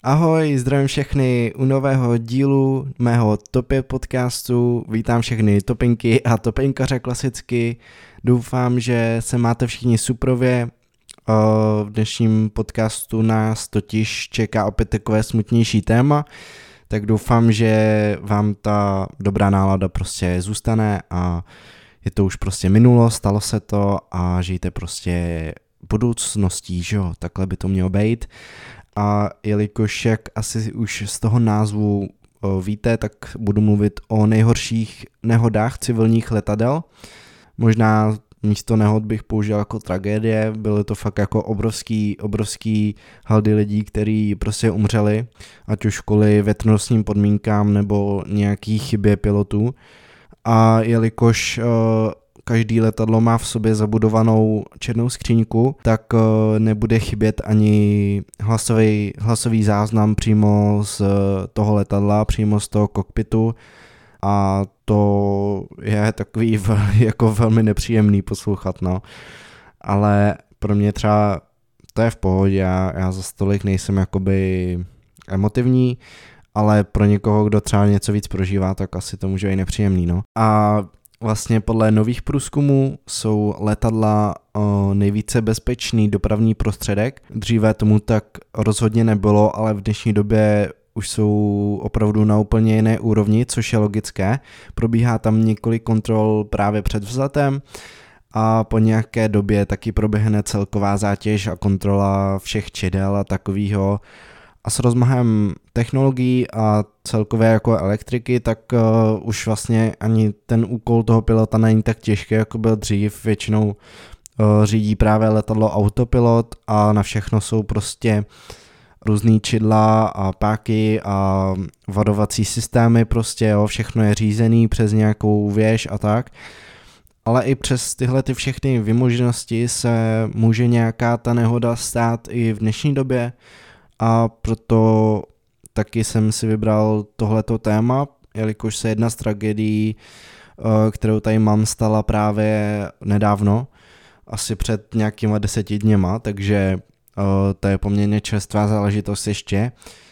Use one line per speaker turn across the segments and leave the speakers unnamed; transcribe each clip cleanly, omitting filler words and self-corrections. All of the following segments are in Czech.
Ahoj, zdravím všechny u nového dílu mého Top 5 podcastu, vítám všechny topinky a topinkaře klasicky, doufám, že se máte všichni suprově, v dnešním podcastu nás totiž čeká opět takové smutnější téma, tak doufám, že vám ta dobrá nálada prostě zůstane a je to už prostě minulost, stalo se to a žijte prostě budoucností, že jo, takhle by to mělo být. A jelikož, jak asi už z toho názvu víte, tak budu mluvit o nejhorších nehodách civilních letadel. Možná místo nehod bych použil jako tragédie, byly to fakt jako obrovský haldy lidí, kteří prostě umřeli, ať už kvůli větrnostním podmínkám nebo nějaký chybě pilotů. A jelikož každý letadlo má v sobě zabudovanou černou skříňku, tak nebude chybět ani hlasový záznam přímo z toho letadla, přímo z toho kokpitu a to je takový jako velmi nepříjemný poslouchat, no. Ale pro mě třeba to je v pohodě, já za stolik nejsem jakoby emotivní, ale pro někoho, kdo třeba něco víc prožívá, tak asi to může být nepříjemný, no. A vlastně podle nových průzkumů jsou letadla nejvíce bezpečný dopravní prostředek. Dříve tomu tak rozhodně nebylo, ale v dnešní době už jsou opravdu na úplně jiné úrovni, což je logické. Probíhá tam několik kontrol právě před vzletem a po nějaké době taky proběhne celková zátěž a kontrola všech čidel a takového. A s rozmahem technologií a celkově jako elektriky, tak už vlastně ani ten úkol toho pilota není tak těžký, jako byl dřív. Většinou řídí právě letadlo autopilot a na všechno jsou prostě různý čidla a páky a varovací systémy prostě, jo, všechno je řízený přes nějakou věž a tak. Ale i přes tyhle ty všechny vymoženosti se může nějaká ta nehoda stát i v dnešní době. A proto taky jsem si vybral tohleto téma, jelikož se jedna z tragédií, kterou tady mám, stala právě nedávno, asi před nějakýma 10 dněma, takže to je poměrně čerstvá záležitost ještě.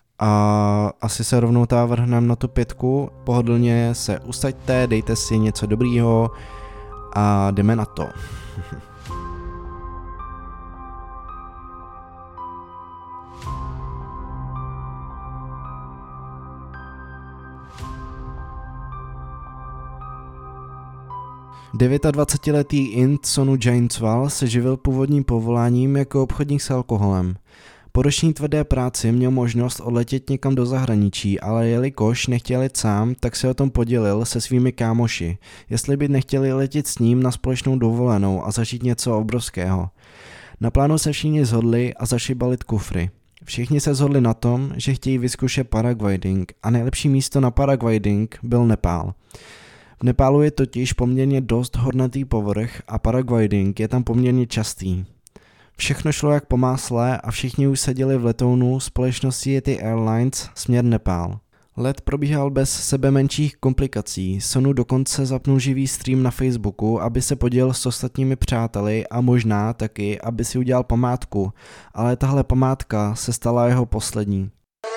A asi se rovnou vrhneme na tu 5, pohodlně se usaďte, dejte si něco dobrýho a jdeme na to. 29letý Int Sonu Jainswal se živil původním povoláním jako obchodník s alkoholem. Po roční tvrdé práci měl možnost odletět někam do zahraničí, ale jelikož nechtěl jít sám, tak se o tom podělil se svými kámoši, jestli by nechtěli letět s ním na společnou dovolenou a zažít něco obrovského. Na plánu se všichni shodli a začali balit kufry. Všichni se shodli na tom, že chtějí vyzkoušet paragliding a nejlepší místo na paragliding byl Nepál. V Nepálu je totiž poměrně dost hornatý povrch a paragliding je tam poměrně častý. Všechno šlo jak po másle a všichni už seděli v letounu společnosti Yeti Airlines směr Nepál. Let probíhal bez sebe menších komplikací, Sonu dokonce zapnul živý stream na Facebooku, aby se podělil s ostatními přáteli a možná taky, aby si udělal památku, ale tahle památka se stala jeho poslední.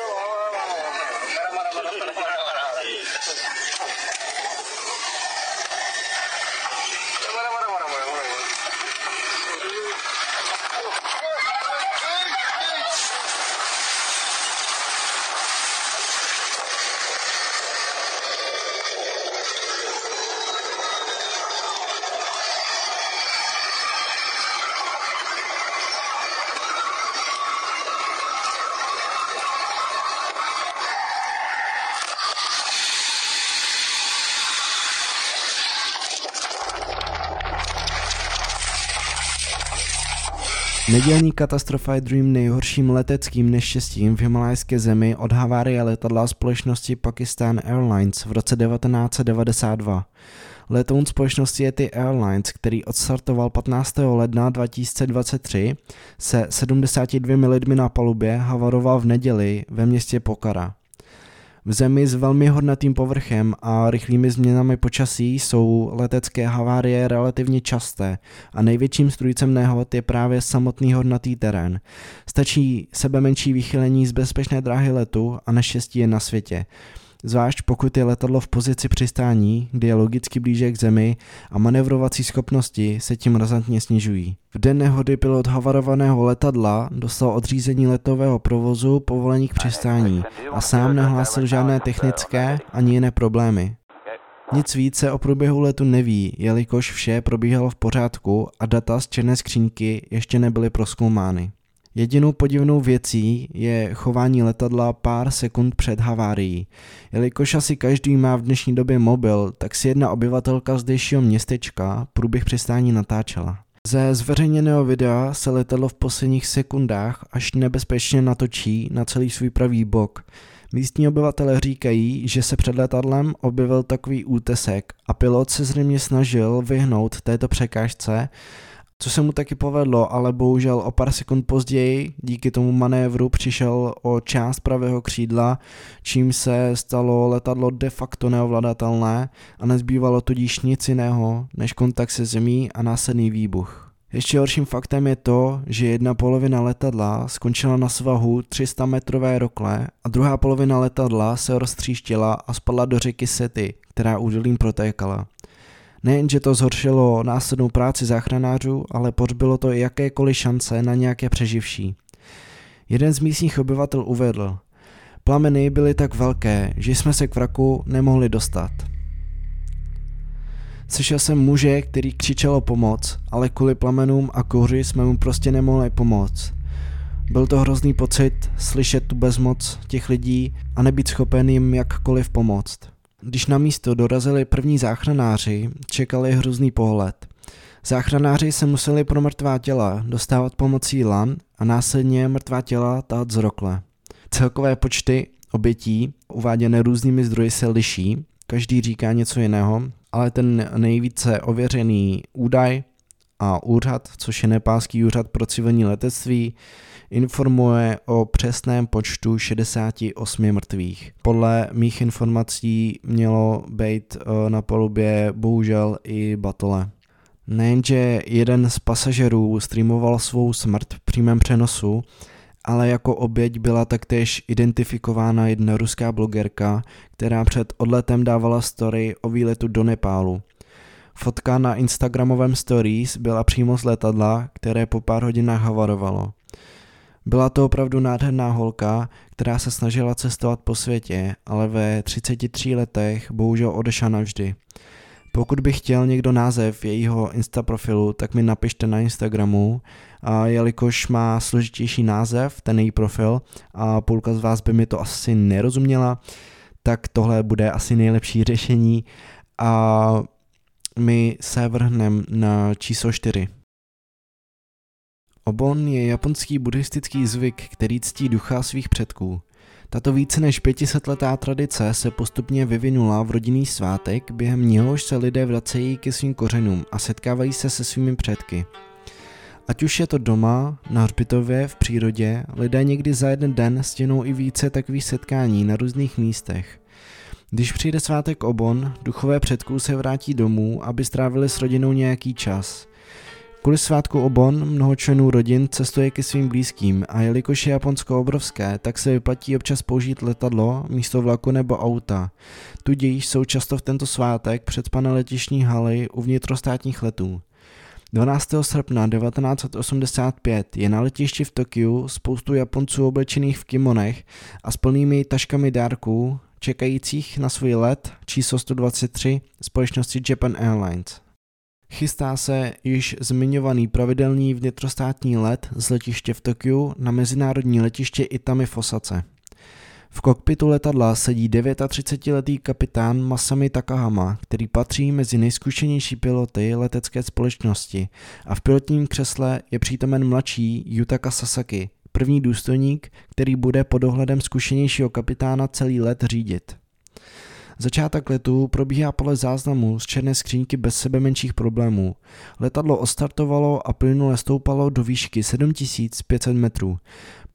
Nedělní katastrofa je druhým nejhorším leteckým neštěstím v himalajské zemi od havárie letadla společnosti Pakistan Airlines v roce 1992. Letoun společnosti Yeti Airlines, který odstartoval 15. ledna 2023, se 72 lidmi na palubě havaroval v neděli ve městě Pokhara. V zemi s velmi hornatým povrchem a rychlými změnami počasí jsou letecké havárie relativně časté a největším strůjcem nehod je právě samotný hornatý terén. Stačí sebemenší vychylení z bezpečné dráhy letu a neštěstí je na světě. Zvlášť pokud je letadlo v pozici přistání, kdy je logicky blíže k zemi a manevrovací schopnosti se tím razantně snižují. V den nehody pilot havarovaného letadla dostal od řízení letového provozu povolení k přistání a sám nehlásil žádné technické ani jiné problémy. Nic více o průběhu letu neví, jelikož vše probíhalo v pořádku a data z černé skřínky ještě nebyly prozkoumány. Jedinou podivnou věcí je chování letadla pár sekund před havárií. Jelikož asi každý má v dnešní době mobil, tak si jedna obyvatelka zdejšího městečka průběh přistání natáčela. Ze zveřejněného videa se letadlo v posledních sekundách až nebezpečně natočí na celý svůj pravý bok. Místní obyvatelé říkají, že se před letadlem objevil takový útesek a pilot se zřejmě snažil vyhnout této překážce, co se mu taky povedlo, ale bohužel o pár sekund později díky tomu manévru přišel o část pravého křídla, čím se stalo letadlo de facto neovladatelné a nezbývalo tudíž nic jiného než kontakt se zemí a následný výbuch. Ještě horším faktem je to, že jedna polovina letadla skončila na svahu 300-metrové rokle a druhá polovina letadla se roztříštila a spadla do řeky Sety, která údolím protékala. Nejenže to zhoršilo následnou práci záchranářů, ale pohřbilo to i jakékoliv šance na nějaké přeživší. Jeden z místních obyvatel uvedl: plameny byly tak velké, že jsme se k vraku nemohli dostat. Slyšel jsem muže, který křičel o pomoc, ale kvůli plamenům a kouři jsme mu prostě nemohli pomoct. Byl to hrozný pocit slyšet tu bezmoc těch lidí a nebýt schopen jim jakkoliv pomoct. Když na místo dorazili první záchranáři, čekali hrozný pohled. Záchranáři se museli pro mrtvá těla dostávat pomocí lan a následně mrtvá těla tahat z rokle. Celkové počty obětí uváděné různými zdroji se liší, každý říká něco jiného, ale ten nejvíce ověřený údaj a úřad, což je nepálský úřad pro civilní letectví, informuje o přesném počtu 68 mrtvých. Podle mých informací mělo být na palubě bohužel i batole. Nejenže jeden z pasažerů streamoval svou smrt v přímém přenosu, ale jako oběť byla taktéž identifikována jedna ruská blogerka, která před odletem dávala story o výletu do Nepálu. Fotka na instagramovém stories byla přímo z letadla, které po pár hodinách havarovalo. Byla to opravdu nádherná holka, která se snažila cestovat po světě, ale ve 33 letech bohužel odešla navždy. Pokud by chtěl někdo název jejího Insta profilu, tak mi napište na Instagramu, a jelikož má složitější název, ten její profil, a půlka z vás by mi to asi nerozuměla, tak tohle bude asi nejlepší řešení a my se vrhneme na číslo 4. Obon je japonský buddhistický zvyk, který ctí ducha svých předků. Tato více než 500letá tradice se postupně vyvinula v rodinný svátek, během něhož se lidé vracejí ke svým kořenům a setkávají se se svými předky. Ať už je to doma, na hřbitově, v přírodě, lidé někdy za jeden den stěnou i více takových setkání na různých místech. Když přijde svátek Obon, duchové předků se vrátí domů, aby strávili s rodinou nějaký čas. Kvůli svátku Obon mnoho členů rodin cestuje ke svým blízkým a jelikož je Japonsko obrovské, tak se vyplatí občas použít letadlo místo vlaku nebo auta. Tudíž jsou často v tento svátek předspané letištní haly u vnitrostátních letů. 12. srpna 1985 je na letišti v Tokiu spoustu Japonců oblečených v kimonech a s plnými taškami dárků, čekajících na svůj let číslo 123 společnosti Japan Airlines. Chystá se již zmiňovaný pravidelný vnitrostátní let z letiště v Tokiu na mezinárodní letiště Itami v Osace. V kokpitu letadla sedí 39letý kapitán Masami Takahama, který patří mezi nejzkušenější piloty letecké společnosti, a v pilotním křesle je přítomen mladší Yutaka Sasaki, první důstojník, který bude pod dohledem zkušenějšího kapitána celý let řídit. Začátek letu probíhá podle záznamu z černé skřínky bez sebe menších problémů. Letadlo odstartovalo a plynule stoupalo do výšky 7500 metrů.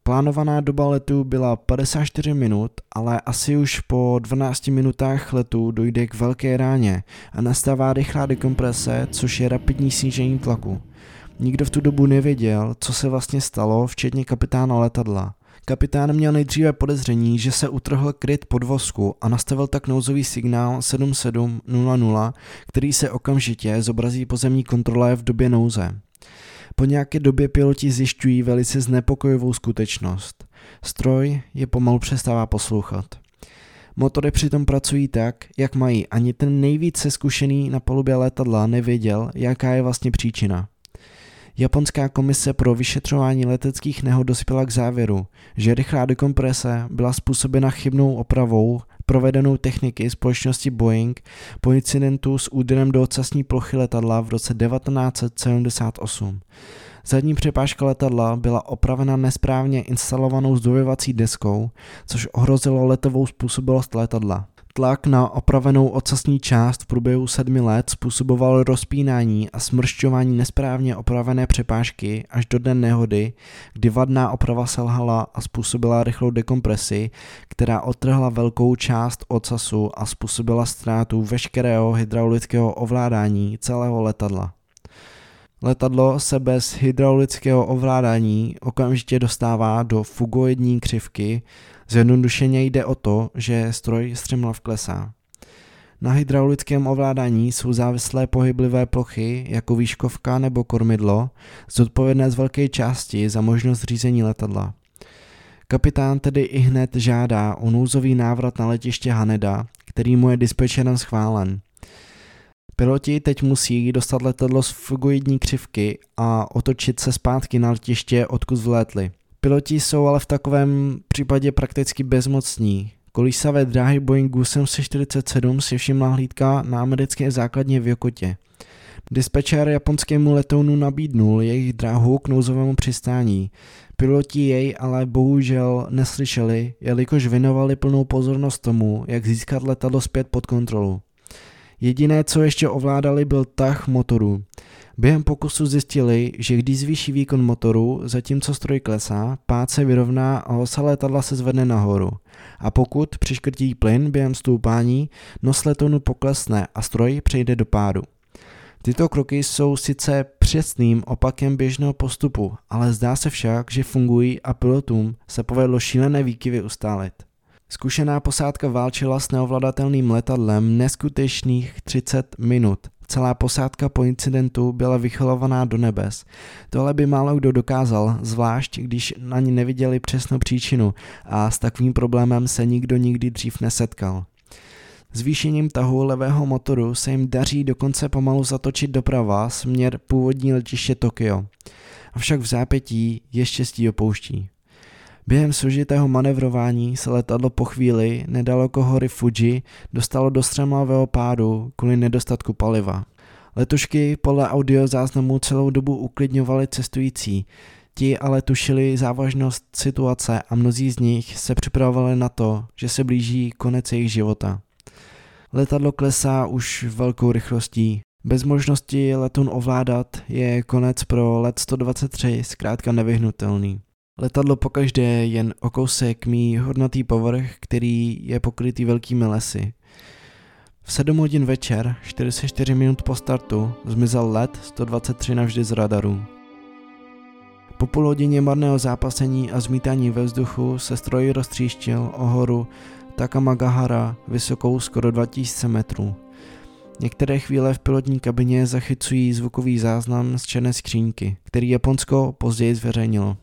Plánovaná doba letu byla 54 minut, ale asi už po 12 minutách letu dojde k velké ráně a nastává rychlá dekomprese, což je rapidní snížení tlaku. Nikdo v tu dobu nevěděl, co se vlastně stalo, včetně kapitána letadla. Kapitán měl nejdříve podezření, že se utrhl kryt podvozku a nastavil tak nouzový signál 7700, který se okamžitě zobrazí pozemní kontrole v době nouze. Po nějaké době piloti zjišťují velice znepokojivou skutečnost. Stroj je pomalu přestává poslouchat. Motory přitom pracují tak, jak mají, ani ten nejvíce zkušený na palubě letadla nevěděl, jaká je vlastně příčina. Japonská komise pro vyšetřování leteckých nehod dospěla k závěru, že rychlá dekomprese byla způsobena chybnou opravou provedenou techniky společnosti Boeing po incidentu s úderem do ocasní plochy letadla v roce 1978. Zadní přepážka letadla byla opravena nesprávně instalovanou zdojovací deskou, což ohrozilo letovou způsobilost letadla. Tlak na opravenou ocasní část v průběhu 7 let způsoboval rozpínání a smršťování nesprávně opravené přepážky až do dne nehody, kdy vadná oprava selhala a způsobila rychlou dekompresi, která odtrhla velkou část ocasu a způsobila ztrátu veškerého hydraulického ovládání celého letadla. Letadlo se bez hydraulického ovládání okamžitě dostává do fugoidní křivky, zjednodušeně jde o to, že stroj střemhlav klesá. Na hydraulickém ovládání jsou závislé pohyblivé plochy jako výškovka nebo kormidlo, zodpovědné z velké části za možnost řízení letadla. Kapitán tedy ihned žádá o nouzový návrat na letiště Haneda, který mu je dispečerem schválen. Piloti teď musí dostat letadlo z fugoidní křivky a otočit se zpátky na letiště, odkud vlétli. Piloti jsou ale v takovém případě prakticky bezmocní. Kolísavé dráhy Boeingu 747 si všimla hlídka na americké základně v Jokotě. Dispečer japonskému letounu nabídnul jejich dráhu k nouzovému přistání. Piloti jej ale bohužel neslyšeli, jelikož věnovali plnou pozornost tomu, jak získat letadlo zpět pod kontrolu. Jediné, co ještě ovládali, byl tah motoru. Během pokusu zjistili, že když zvýší výkon motoru, zatímco stroj klesá, pád se vyrovná a osa letadla se zvedne nahoru. A pokud přiškrtí plyn během stoupání, nos letounu poklesne a stroj přejde do pádu. Tyto kroky jsou sice přesným opakem běžného postupu, ale zdá se však, že fungují a pilotům se povedlo šílené výkyvy ustálit. Zkušená posádka válčila s neovladatelným letadlem neskutečných 30 minut. Celá posádka po incidentu byla vycholovaná do nebes. Tohle by málo kdo dokázal, zvlášť když na ní neviděli přesnou příčinu a s takovým problémem se nikdo nikdy dřív nesetkal. Zvýšením tahu levého motoru se jim daří dokonce pomalu zatočit doprava směr původní letiště Tokio. Avšak v zápětí je štěstí opouští. Během složitého manevrování se letadlo po chvíli nedaleko hory Fuji dostalo do střemhlavého pádu kvůli nedostatku paliva. Letušky podle audiozáznamu celou dobu uklidňovaly cestující, ti ale tušili závažnost situace a mnozí z nich se připravovali na to, že se blíží konec jejich života. Letadlo klesá už velkou rychlostí. Bez možnosti letoun ovládat je konec pro let 123 zkrátka nevyhnutelný. Letadlo pokaždé jen o kousek míjí hodnatý povrch, který je pokrytý velkými lesy. V 7 hodin večer, 44 minut po startu, zmizel let 123 navždy z radaru. Po půl hodině marného zápasení a zmítání ve vzduchu se stroj roztříštil o horu Takamagahara vysokou skoro 2000 metrů. Některé chvíle v pilotní kabině zachycují zvukový záznam z černé skřínky, který Japonsko později zveřejnilo.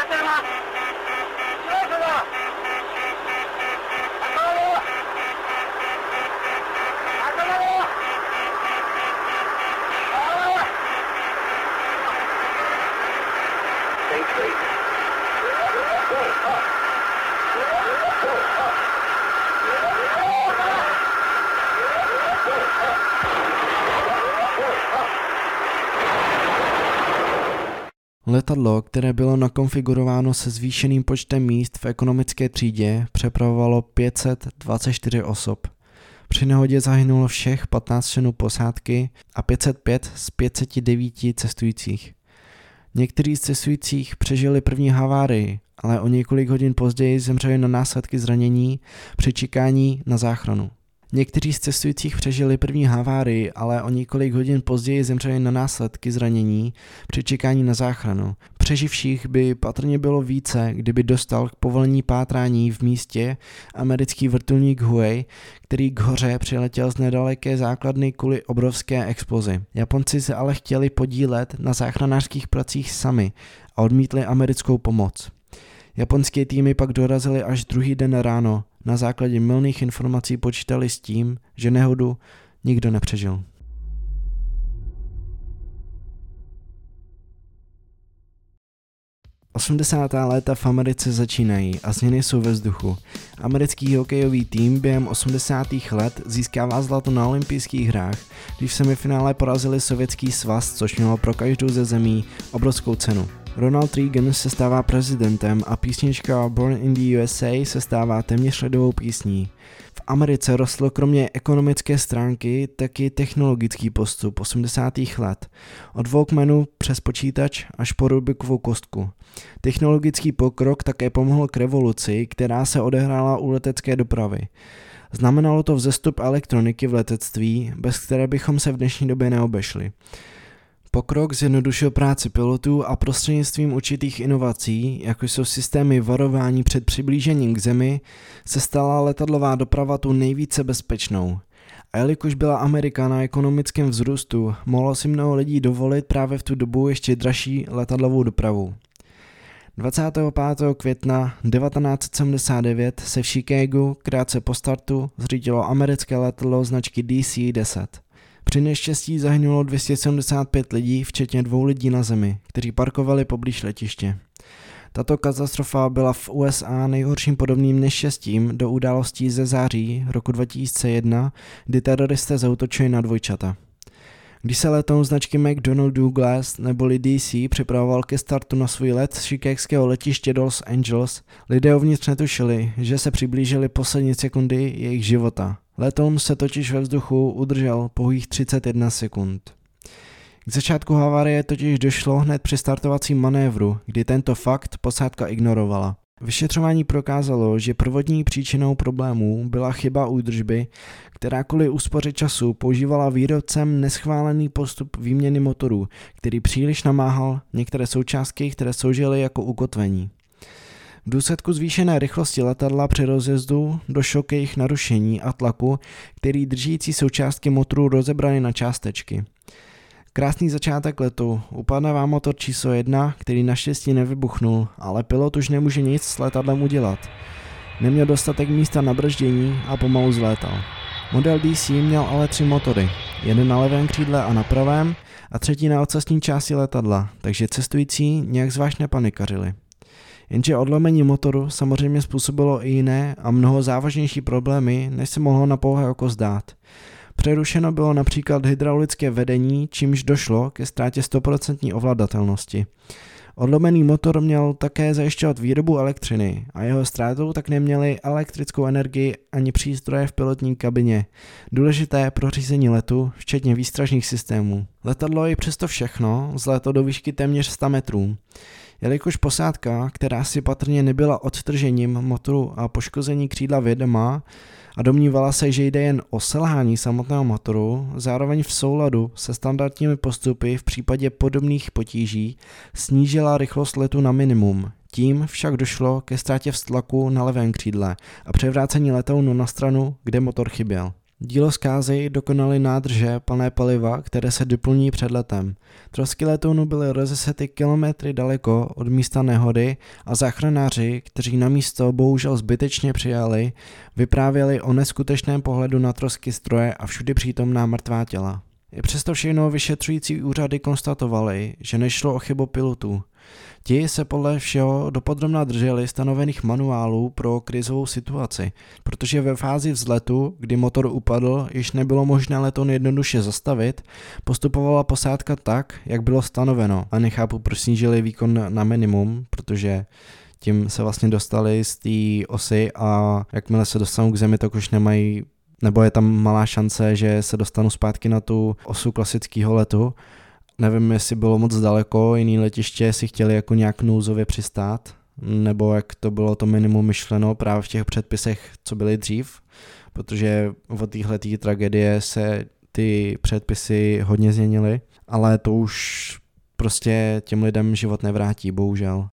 Letadlo, které bylo nakonfigurováno se zvýšeným počtem míst v ekonomické třídě, přepravovalo 524 osob. Při nehodě zahynulo všech 15 členů posádky a 505 z 509 cestujících. Někteří z cestujících přežili první havárii, ale o několik hodin později zemřeli na následky zranění při čekání na záchranu. Někteří z cestujících přežili první havárii, ale o několik hodin později zemřeli na následky zranění při čekání na záchranu. Přeživších by patrně bylo více, kdyby dostal k povolení pátrání v místě americký vrtulník Huey, který k hoře přiletěl z nedaleké základny kvůli obrovské explozi. Japonci se ale chtěli podílet na záchranářských pracích sami a odmítli americkou pomoc. Japonské týmy pak dorazily až druhý den ráno. Na základě mylných informací počítali s tím, že nehodu nikdo nepřežil. Osmdesátá léta v Americe začínají a změny jsou ve vzduchu. Americký hokejový tým během 80. let získává zlato na olympijských hrách, když v semifinále porazili Sovětský svaz, což mělo pro každou ze zemí obrovskou cenu. Ronald Reagan se stává prezidentem a písnička Born in the USA se stává téměř ledovou písní. V Americe rostl kromě ekonomické stránky taky technologický postup 80. let. Od Walkmanu přes počítač až po Rubikovou kostku. Technologický pokrok také pomohl k revoluci, která se odehrála u letecké dopravy. Znamenalo to vzestup elektroniky v letectví, bez které bychom se v dnešní době neobešli. Pokrok zjednodušil práci pilotů a prostřednictvím určitých inovací, jako jsou systémy varování před přiblížením k Zemi, se stala letadlová doprava tu nejvíce bezpečnou. A jelikož byla Amerika na ekonomickém vzrůstu, mohlo si mnoho lidí dovolit právě v tu dobu ještě dražší letadlovou dopravu. 25. května 1979 se v Chicagu krátce po startu zřítilo americké letadlo značky DC-10. Při neštěstí zahynulo 275 lidí, včetně 2 lidí na zemi, kteří parkovali poblíž letiště. Tato katastrofa byla v USA nejhorším podobným neštěstím do událostí ze září roku 2001, kdy teroristé zaútočili na dvojčata. Když se letoun značky McDonnell Douglas neboli DC připravoval ke startu na svůj let z chicagského letiště do Los Angeles, lidé uvnitř netušili, že se přiblížily poslední sekundy jejich života. Letoun se totiž ve vzduchu udržel pouhých 31 sekund. K začátku havárie totiž došlo hned při startovacím manévru, kdy tento fakt posádka ignorovala. Vyšetřování prokázalo, že prvotní příčinou problémů byla chyba údržby, která kvůli úspoře času používala výrobcem neschválený postup výměny motorů, který příliš namáhal některé součástky, které sloužily jako ukotvení. V důsledku zvýšené rychlosti letadla při rozjezdu došlo k jejich narušení a tlaku, který držící součástky motoru rozebrali na částečky. Krásný začátek letu, upadává motor číslo 1, který naštěstí nevybuchnul, ale pilot už nemůže nic s letadlem udělat. Neměl dostatek místa na brždění a pomalu zlétal. Model DC měl ale 3 motory, jeden na levém křídle a na pravém a třetí na ocasní části letadla, takže cestující nějak zvlášť nepanikařili. Jenže odlomení motoru samozřejmě způsobilo i jiné a mnoho závažnější problémy, než se mohlo na pouhé oko zdát. Přerušeno bylo například hydraulické vedení, čímž došlo ke ztrátě 100% ovladatelnosti. Odlomený motor měl také zajišťovat výrobu elektřiny a jeho ztrátou tak neměli elektrickou energii ani přístroje v pilotní kabině, důležité pro řízení letu, včetně výstražných systémů. Letadlo i přesto všechno vzlétlo do výšky téměř 100 metrů. Jelikož posádka, která si patrně nebyla odtržením motoru a poškození křídla vědomá a domnívala se, že jde jen o selhání samotného motoru, zároveň v souladu se standardními postupy v případě podobných potíží snížila rychlost letu na minimum. Tím však došlo ke ztrátě vztlaku na levém křídle a převrácení letounu na stranu, kde motor chyběl. Dílo zkázy dokonaly nádrže plné paliva, které se doplní před letem. Trosky letounu byly rozesety kilometry daleko od místa nehody a záchranáři, kteří na místo bohužel zbytečně přijali, vyprávěli o neskutečném pohledu na trosky stroje a všudy přítomná mrtvá těla. I přesto všechno vyšetřující úřady konstatovali, že nešlo o chybu pilotů. Ti se podle všeho dopodrobna drželi stanovených manuálů pro krizovou situaci, protože ve fázi vzletu, kdy motor upadl, již nebylo možné letoun jednoduše zastavit, postupovala posádka tak, jak bylo stanoveno. A nechápu, proč snížili výkon na minimum, protože tím se vlastně dostali z té osy a jakmile se dostanou k zemi, tak už nemají, nebo je tam malá šance, že se dostanou zpátky na tu osu klasického letu. Nevím, jestli bylo moc daleko, jiný letiště si chtěli jako nějak nouzově přistát, nebo jak to bylo to minimum myšleno právě v těch předpisech, co byly dřív, protože od téhletý tragédie se ty předpisy hodně změnily, ale to už prostě těm lidem život nevrátí, bohužel.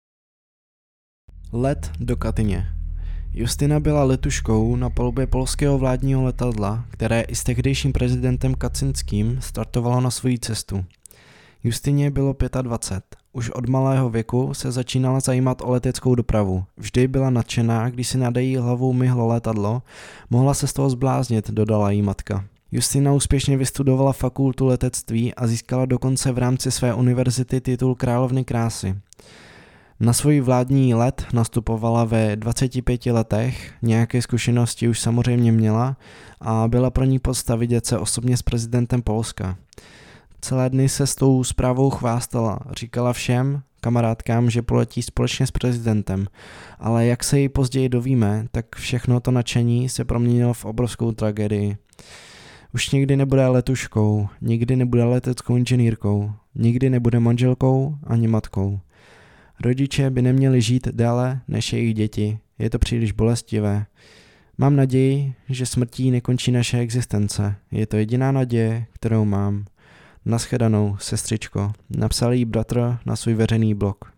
Let do Katyně. Justina byla letuškou na palubě polského vládního letadla, které i s tehdejším prezidentem Kaczynským startovalo na svoji cestu. Justině bylo 25. Už od malého věku se začínala zajímat o leteckou dopravu. Vždy byla nadšená, když si nad její hlavou myhlo letadlo, mohla se z toho zbláznit, dodala jí matka. Justina úspěšně vystudovala fakultu letectví a získala dokonce v rámci své univerzity titul královny krásy. Na svůj vládní let nastupovala ve 25 letech, nějaké zkušenosti už samozřejmě měla a byla pro ní podsta vidět se osobně s prezidentem Polska. Celé dny se s tou zprávou chvástala, říkala všem kamarádkám, že poletí společně s prezidentem, ale jak se jí později dovíme, tak všechno to nadšení se proměnilo v obrovskou tragédii. Už nikdy nebude letuškou, nikdy nebude leteckou inženýrkou, nikdy nebude manželkou ani matkou. Rodiče by neměli žít déle než jejich děti, je to příliš bolestivé. Mám naději, že smrtí nekončí naše existence, je to jediná naděje, kterou mám. Naschledanou, sestřičko, napsal jí bratr na svůj veřejný blog.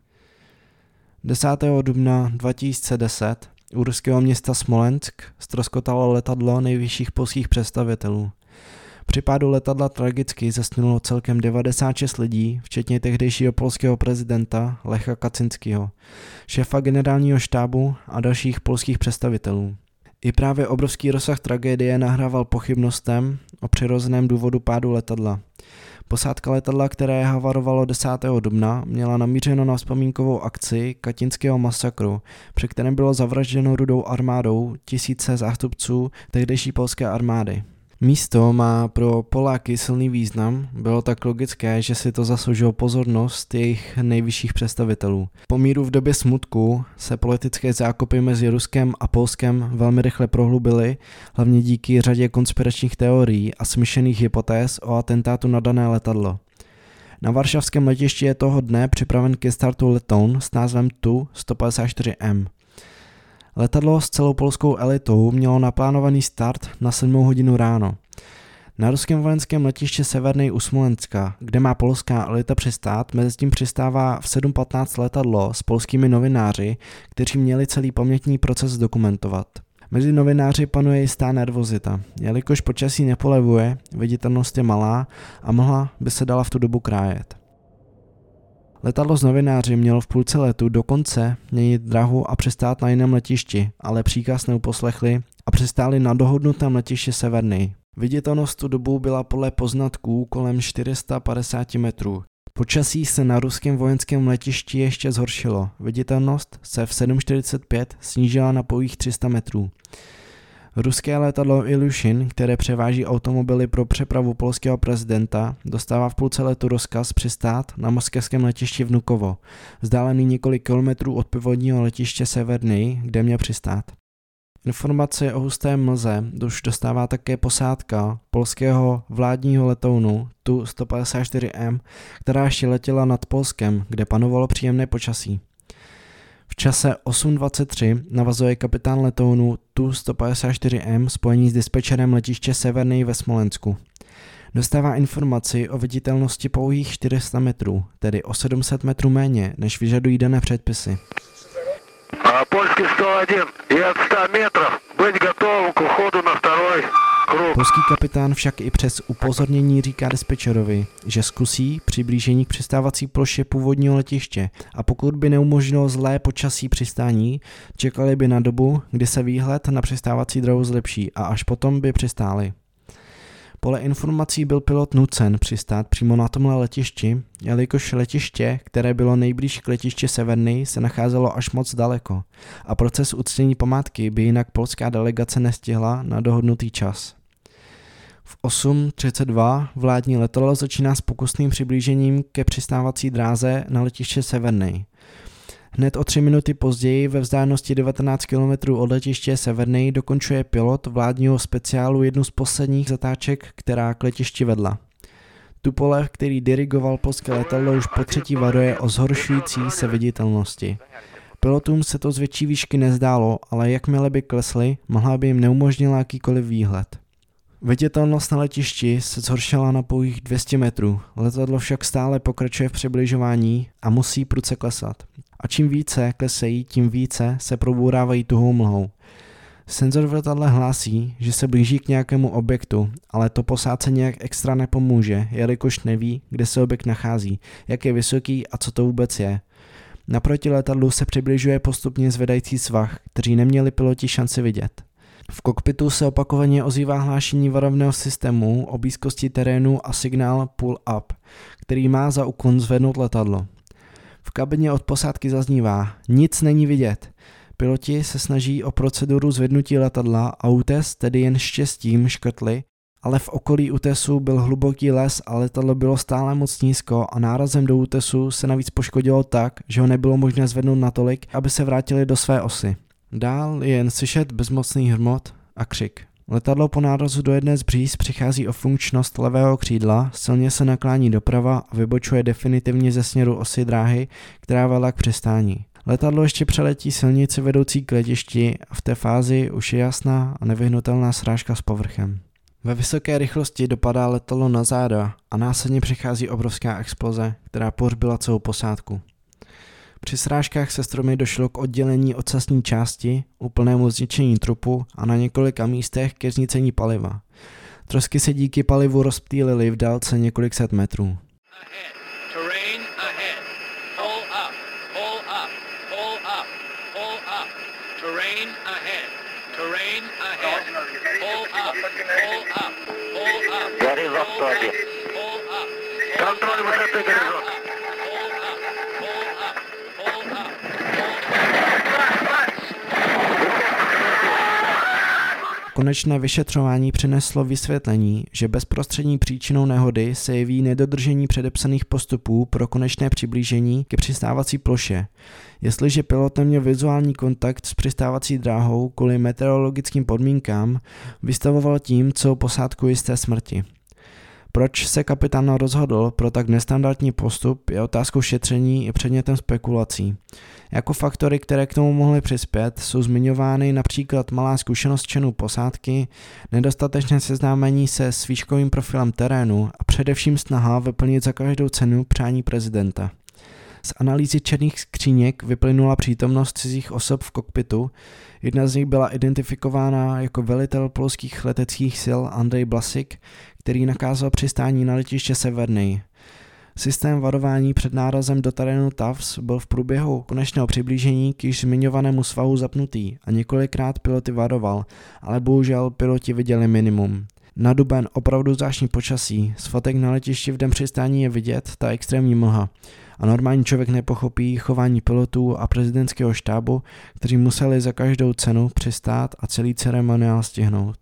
10. dubna 2010 u ruského města Smolensk ztroskotalo letadlo nejvyšších polských představitelů. Při pádu letadla tragicky zesnulo celkem 96 lidí, včetně tehdejšího polského prezidenta Lecha Kaczynského, šéfa generálního štábu a dalších polských představitelů. I právě obrovský rozsah tragédie nahrával pochybnostem o přirozeném důvodu pádu letadla. Posádka letadla, které havarovalo 10. dubna, měla namířeno na vzpomínkovou akci katyňského masakru, při kterém bylo zavražděno Rudou armádou tisíce zástupců tehdejší polské armády. Místo má pro Poláky silný význam, bylo tak logické, že si to zasloužilo pozornost jejich nejvyšších představitelů. Po míru v době smutku se politické zákopy mezi Ruskem a Polskem velmi rychle prohlubily, hlavně díky řadě konspiračních teorií a smyšlených hypotéz o atentátu na dané letadlo. Na varšavském letišti je toho dne připraven ke startu letoun s názvem Tu-154M. Letadlo s celou polskou elitou mělo naplánovaný start na 7 hodinu ráno. Na ruském vojenském letišti Severnej u Smolenska, kde má polská elita přistát, mezitím přistává v 7:15 letadlo s polskými novináři, kteří měli celý pamětní proces dokumentovat. Mezi novináři panuje jistá nervozita, jelikož počasí nepolevuje, viditelnost je malá a mlha by se dala v tu dobu krájet. Letadlo s novináři mělo v půlce letu dokonce měnit dráhu a přistát na jiném letišti, ale příkaz neuposlechli a přistáli na dohodnutém letišti Severnej. Viditelnost tu dobu byla podle poznatků kolem 450 metrů. Počasí se na ruském vojenském letišti ještě zhoršilo. Viditelnost se v 7:45 snížila na pouhých 300 metrů. Ruské letadlo Ilyushin, které převáží automobily pro přepravu polského prezidenta, dostává v půlce letu rozkaz přistát na moskevském letišti Vnukovo, vzdálený několik kilometrů od původního letiště Severnej, kde měl přistát. Informace o husté mlze už dostává také posádka polského vládního letounu Tu-154M, která ještě letěla nad Polskem, kde panovalo příjemné počasí. V čase 8:23 navazuje kapitán letounu Tu-154M spojení s dispečerem letiště Severnej ve Smolensku. Dostává informaci o viditelnosti pouhých 400 metrů, tedy o 700 metrů méně, než vyžadují dané předpisy.
Polský 101 je od 100 metrů, být готовым k uchodu na второй kruh.
Polský kapitán však i přes upozornění říká dispečerovi, že zkusí přiblížení k přistávací ploše původního letiště a pokud by neumožnilo zlé počasí přistání, čekali by na dobu, kdy se výhled na přistávací dráhu zlepší a až potom by přistáli. Podle informací byl pilot nucen přistát přímo na tomhle letišti, jelikož letiště, které bylo nejblíž k letišti Severnej, se nacházelo až moc daleko a proces uctění památky by jinak polská delegace nestihla na dohodnutý čas. V 8:32 vládní letadlo začíná s pokusným přiblížením ke přistávací dráze na letiště Severnej. Hned o 3 minuty později ve vzdálenosti 19 km od letiště Severnej dokončuje pilot vládního speciálu jednu z posledních zatáček, která k letišti vedla. Tupolev, který dirigoval polské letadlo, už po třetí varuje o zhoršující se viditelnosti. Pilotům se to z větší výšky nezdálo, ale jakmile by klesly, mohla by jim neumožnila jakýkoliv výhled. Viditelnost na letišti se zhoršila na pouhých 200 metrů, letadlo však stále pokračuje v přibližování a musí prudce klesat. A čím více klesají, tím více se probourávají tuhou mlhou. Senzor v letadle hlásí, že se blíží k nějakému objektu, ale to posádce nějak extra nepomůže, jelikož neví, kde se objekt nachází, jak je vysoký a co to vůbec je. Naproti letadlu se přibližuje postupně zvedající svah, kteří neměli piloti šanci vidět. V kokpitu se opakovaně ozývá hlášení varovného systému o blízkosti terénu a signál pull up, který má za úkol zvednout letadlo. V kabině od posádky zaznívá: nic není vidět. Piloti se snaží o proceduru zvednutí letadla a útes tedy jen štěstím škrtli, ale v okolí útesu byl hluboký les a letadlo bylo stále moc nízko a nárazem do útesu se navíc poškodilo tak, že ho nebylo možné zvednout natolik, aby se vrátili do své osy. Dál je jen slyšet bezmocný hrmot a křik. Letadlo po nárazu do jedné z bříz přichází o funkčnost levého křídla, silně se naklání doprava a vybočuje definitivně ze směru osy dráhy, která vedla k přistání. Letadlo ještě přeletí silnici vedoucí k letišti a v té fázi už je jasná a nevyhnutelná srážka s povrchem. Ve vysoké rychlosti dopadá letadlo na záda a následně přichází obrovská exploze, která pohřbila celou posádku. Při srážkách se stromy došlo k oddělení ocasní části, úplnému zničení trupu a na několika místech ke znicení paliva. Trosky se díky palivu rozptýlily v délce několik set metrů.
Горизонт 101. Контроль высоты горизонт.
Konečné vyšetřování přineslo vysvětlení, že bezprostřední příčinou nehody se jeví nedodržení předepsaných postupů pro konečné přiblížení ke přistávací ploše. Jestliže pilot neměl vizuální kontakt s přistávací dráhou kvůli meteorologickým podmínkám, vystavoval tím celou posádku jisté smrti. Proč se kapitán rozhodl pro tak nestandardní postup, je otázkou šetření i předmětem spekulací. Jako faktory, které k tomu mohly přispět, jsou zmiňovány například malá zkušenost členů posádky, nedostatečné seznámení se s výškovým profilem terénu a především snaha vyplnit za každou cenu přání prezidenta. Z analýzy černých skříněk vyplynula přítomnost cizích osob v kokpitu, jedna z nich byla identifikována jako velitel polských leteckých sil Andrej Blasik, který nakázal přistání na letiště Severnej. Systém varování před nárazem do terénu TAVS byl v průběhu konečného přiblížení k již zmiňovanému svahu zapnutý a několikrát piloty varoval, ale bohužel piloti viděli minimum. Na duben opravdu zvláštní počasí, z fotek na letišti v den přistání je vidět ta extrémní mlha a normální člověk nepochopí chování pilotů a prezidentského štábu, kteří museli za každou cenu přistát a celý ceremoniál stihnout.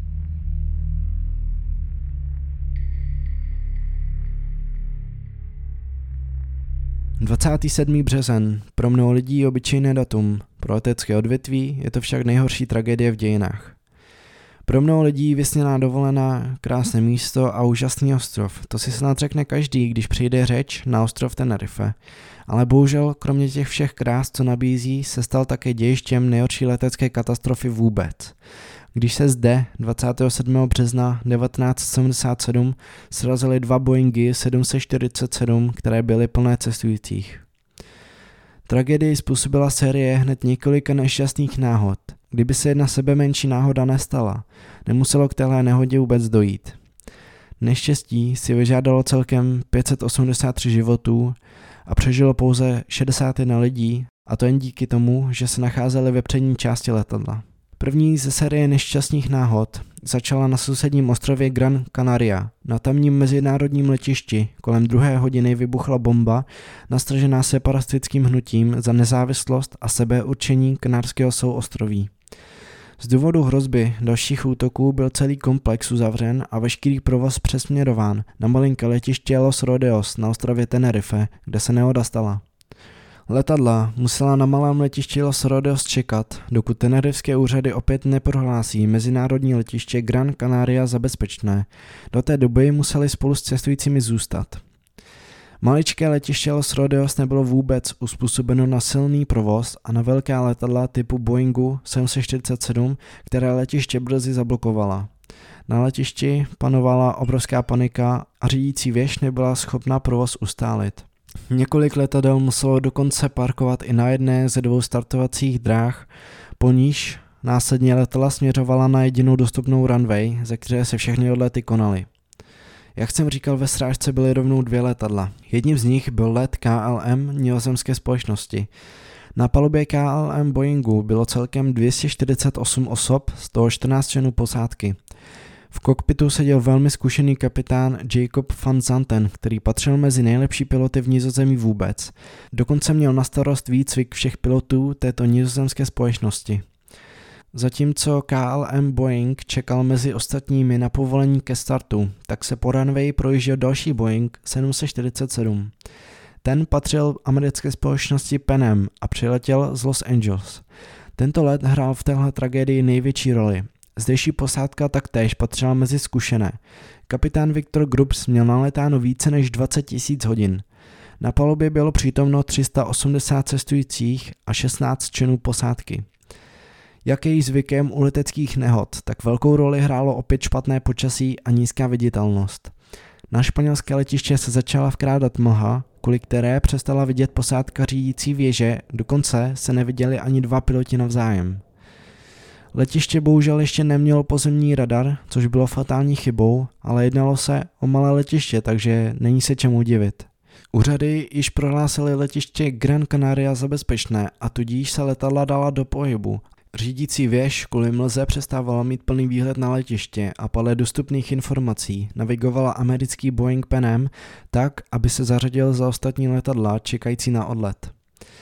– 27. březen. Pro mnoho lidí obyčejné datum. Pro letecké odvětví je to však nejhorší tragédie v dějinách. Pro mnoho lidí vysněná dovolená, krásné místo a úžasný ostrov. To si snad řekne každý, když přijde řeč na ostrov Tenerife. Ale bohužel, kromě těch všech krás, co nabízí, se stal také dějištěm nejhorší letecké katastrofy vůbec. Když se zde 27. března 1977 srazily dva Boeingy 747, které byly plné cestujících. Tragédii způsobila série hned několika nešťastných náhod. Kdyby se jedna sebemenší náhoda nestala, nemuselo k téhle nehodě vůbec dojít. Neštěstí si vyžádalo celkem 583 životů a přežilo pouze 61 lidí, a to jen díky tomu, že se nacházeli ve přední části letadla. První ze série nešťastných náhod začala na sousedním ostrově Gran Canaria. Na tamním mezinárodním letišti kolem 2. hodiny vybuchla bomba nastržená separatistickým hnutím za nezávislost a sebeurčení Kanárského souostroví. Z důvodu hrozby dalších útoků byl celý komplex uzavřen a veškerý provoz přesměrován na malinké letiště Los Rodeos na ostrově Tenerife, kde se nehoda stala. Letadla musela na malém letišti Los Rodeos čekat, dokud tenerifské úřady opět neprohlásí mezinárodní letiště Gran Canaria za bezpečné. Do té doby museli spolu s cestujícími zůstat. Maličké letiště Los Rodeos nebylo vůbec uspůsobeno na silný provoz a na velká letadla typu Boeingu 747, které letiště brzy zablokovala. Na letišti panovala obrovská panika a řídící věž nebyla schopna provoz ustálit. Několik letadel muselo dokonce parkovat i na jedné ze dvou startovacích dráh, po níž následně letadla směřovala na jedinou dostupnou runway, ze které se všechny odlety konaly. Jak jsem říkal, ve srážce byly rovnou 2 letadla. Jedním z nich byl let KLM nizozemské společnosti. Na palubě KLM Boeingu bylo celkem 248 osob, z toho 14 členů posádky. V kokpitu seděl velmi zkušený kapitán Jacob van Zanten, který patřil mezi nejlepší piloty v Nizozemí vůbec. Dokonce měl na starost výcvik všech pilotů této nizozemské společnosti. Zatímco KLM Boeing čekal mezi ostatními na povolení ke startu, tak se po runway projížděl další Boeing 747. Ten patřil americké společnosti Pan Am a přiletěl z Los Angeles. Tento let hrál v téhle tragédii největší roli. Zdejší posádka taktéž patřila mezi zkušené. Kapitán Viktor Grubbs měl naletáno více než 20 000 hodin. Na palubě bylo přítomno 380 cestujících a 16 členů posádky. Jak je zvykem u leteckých nehod, tak velkou roli hrálo opět špatné počasí a nízká viditelnost. Na španělské letiště se začala vkrádat mlha, kvůli které přestala vidět posádka řídící věže, dokonce se neviděli ani 2 piloti navzájem. Letiště bohužel ještě nemělo pozemní radar, což bylo fatální chybou, ale jednalo se o malé letiště, takže není se čemu divit. Úřady již prohlásily letiště Gran Canaria za bezpečné a tudíž se letadla dala do pohybu. Řídící věž kvůli mlze přestávala mít plný výhled na letiště a podle dostupných informací navigovala americký Boeing Pan Am tak, aby se zařadil za ostatní letadla čekající na odlet.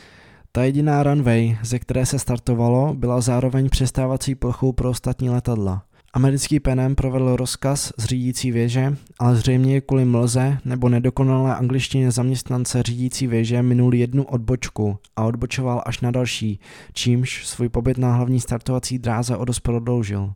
Ta jediná runway, ze které se startovalo, byla zároveň přistávací plochou pro ostatní letadla. Americký Pan Am provedl rozkaz z řídící věže, ale zřejmě kvůli mlze nebo nedokonalé angličtině zaměstnance řídící věže minul jednu odbočku a odbočoval až na další, čímž svůj pobyt na hlavní startovací dráze o dost prodloužil.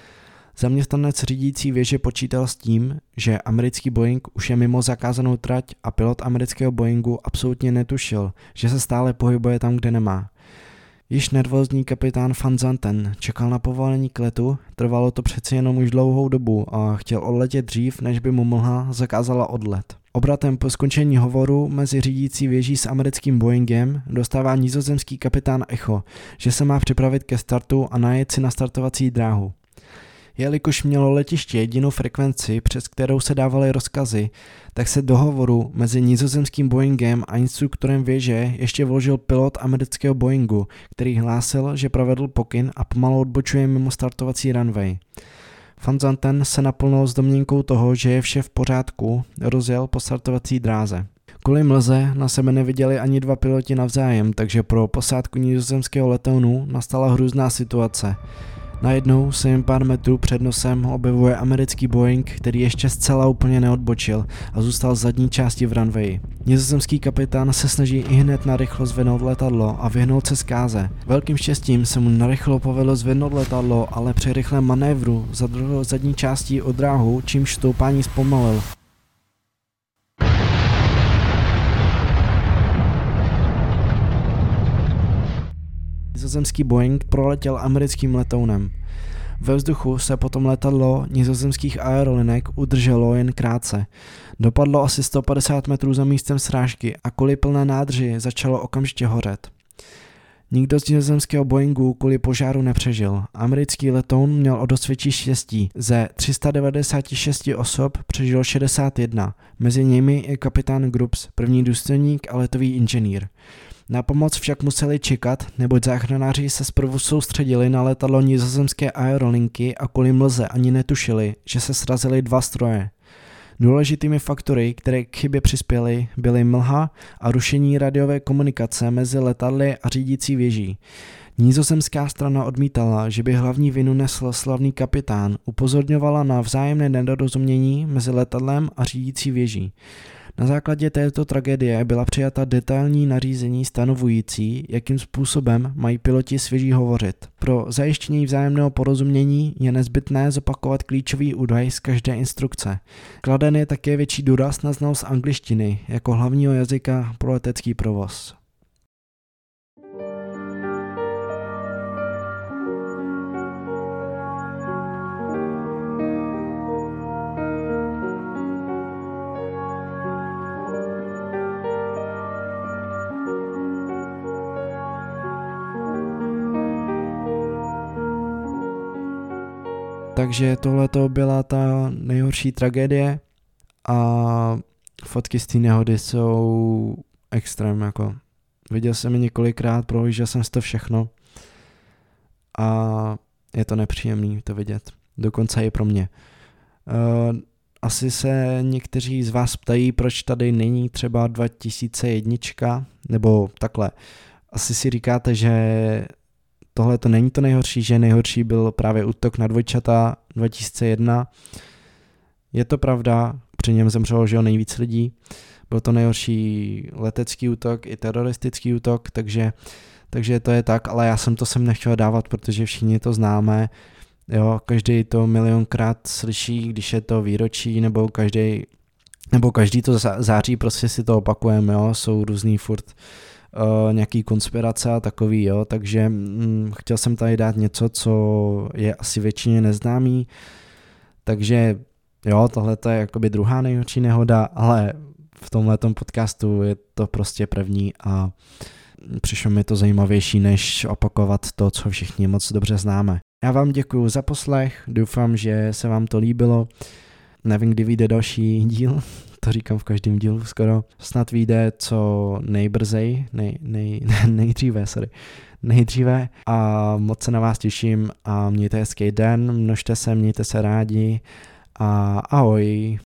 Zaměstnanec řídící věže počítal s tím, že americký Boeing už je mimo zakázanou trať a pilot amerického Boeingu absolutně netušil, že se stále pohybuje tam, kde nemá. Již nervózní kapitán Van Zanten čekal na povolení k letu, trvalo to přeci jenom už dlouhou dobu a chtěl odletět dřív, než by mu mlha zakázala odlet. Obratem po skončení hovoru mezi řídící věží s americkým Boeingem dostává nizozemský kapitán Echo, že se má připravit ke startu a najet si na startovací dráhu. Jelikož mělo letiště jedinou frekvenci, přes kterou se dávaly rozkazy, tak se do hovoru mezi nizozemským Boeingem a instruktorem věže ještě vložil pilot amerického Boeingu, který hlásil, že provedl pokyn a pomalu odbočuje mimo startovací runway. Van Zanten se naplnil s domněnkou toho, že je vše v pořádku, rozjel po startovací dráze. Kvůli mlze na sebe neviděli ani 2 piloti navzájem, takže pro posádku nizozemského letounu nastala hrůzná situace. Najednou se jen pár metrů před nosem objevuje americký Boeing, který ještě zcela úplně neodbočil a zůstal v zadní části v runwayi. Nizozemský kapitán se snaží ihned narychlo zvednout letadlo a vyhnout se zkáze. Velkým štěstím se mu narychlo povedlo zvednout letadlo, ale při rychlém manévru zadrhl zadní částí o dráhu, čímž stoupání zpomalil. Nizozemský Boeing proletěl americkým letounem. Ve vzduchu se potom letadlo nizozemských aerolinek udrželo jen krátce. Dopadlo asi 150 metrů za místem srážky a kvůli plné nádrži začalo okamžitě hořet. Nikdo z nizozemského Boeingu kvůli požáru nepřežil. Americký letoun měl o dost větší štěstí. Ze 396 osob přežilo 61. Mezi nimi je kapitán Grubbs, první důstojník a letový inženýr. Na pomoc však museli čekat, neboť záchranáři se zprvu soustředili na letadlo nizozemské aerolinky a kvůli mlze ani netušili, že se srazily 2 stroje. Důležitými faktory, které k chybě přispěly, byly mlha a rušení radiové komunikace mezi letadly a řídící věží. Nizozemská strana odmítala, že by hlavní vinu nesl slavný kapitán, upozorňovala na vzájemné nedorozumění mezi letadlem a řídící věží. Na základě této tragédie byla přijata detailní nařízení stanovující, jakým způsobem mají piloti s věží hovořit. Pro zajištění vzájemného porozumění je nezbytné zopakovat klíčový údaj z každé instrukce. Kladen je také větší důraz na znalost angličtiny jako hlavního jazyka pro letecký provoz. Takže tohleto byla ta nejhorší tragédie a fotky z té nehody jsou extrém, jako viděl jsem je několikrát, prohlížel jsem si to všechno a je to nepříjemný to vidět, dokonce i pro mě. Asi se někteří z vás ptají, proč tady není třeba 2001, nebo takhle. Asi si říkáte, že tohle to není to nejhorší, že nejhorší byl právě útok na dvojčata 2001. Je to pravda, při něm zemřelo, že nejvíc lidí. Byl to nejhorší letecký útok i teroristický útok, takže to je tak, ale já jsem to sem nechtěl dávat, protože všichni to známe. Jo, každý to milionkrát slyší, když je to výročí, nebo každý to září, prostě si to opakujeme, jo, jsou různý furt nějaký konspirace a takový, jo, takže chtěl jsem tady dát něco, co je asi většině neznámý, takže jo, tohle je jakoby druhá nejhorší nehoda, ale v tomhletom podcastu je to prostě první a přišlo mi to zajímavější, než opakovat to, co všichni moc dobře známe. Já vám děkuju za poslech, doufám, že se vám to líbilo, nevím, kdy vyjde další díl, to říkám v každém dílu skoro, snad vyjde co nejbrzej, nejdříve a moc se na vás těším a mějte hezký den, množte se, mějte se rádi a ahoj.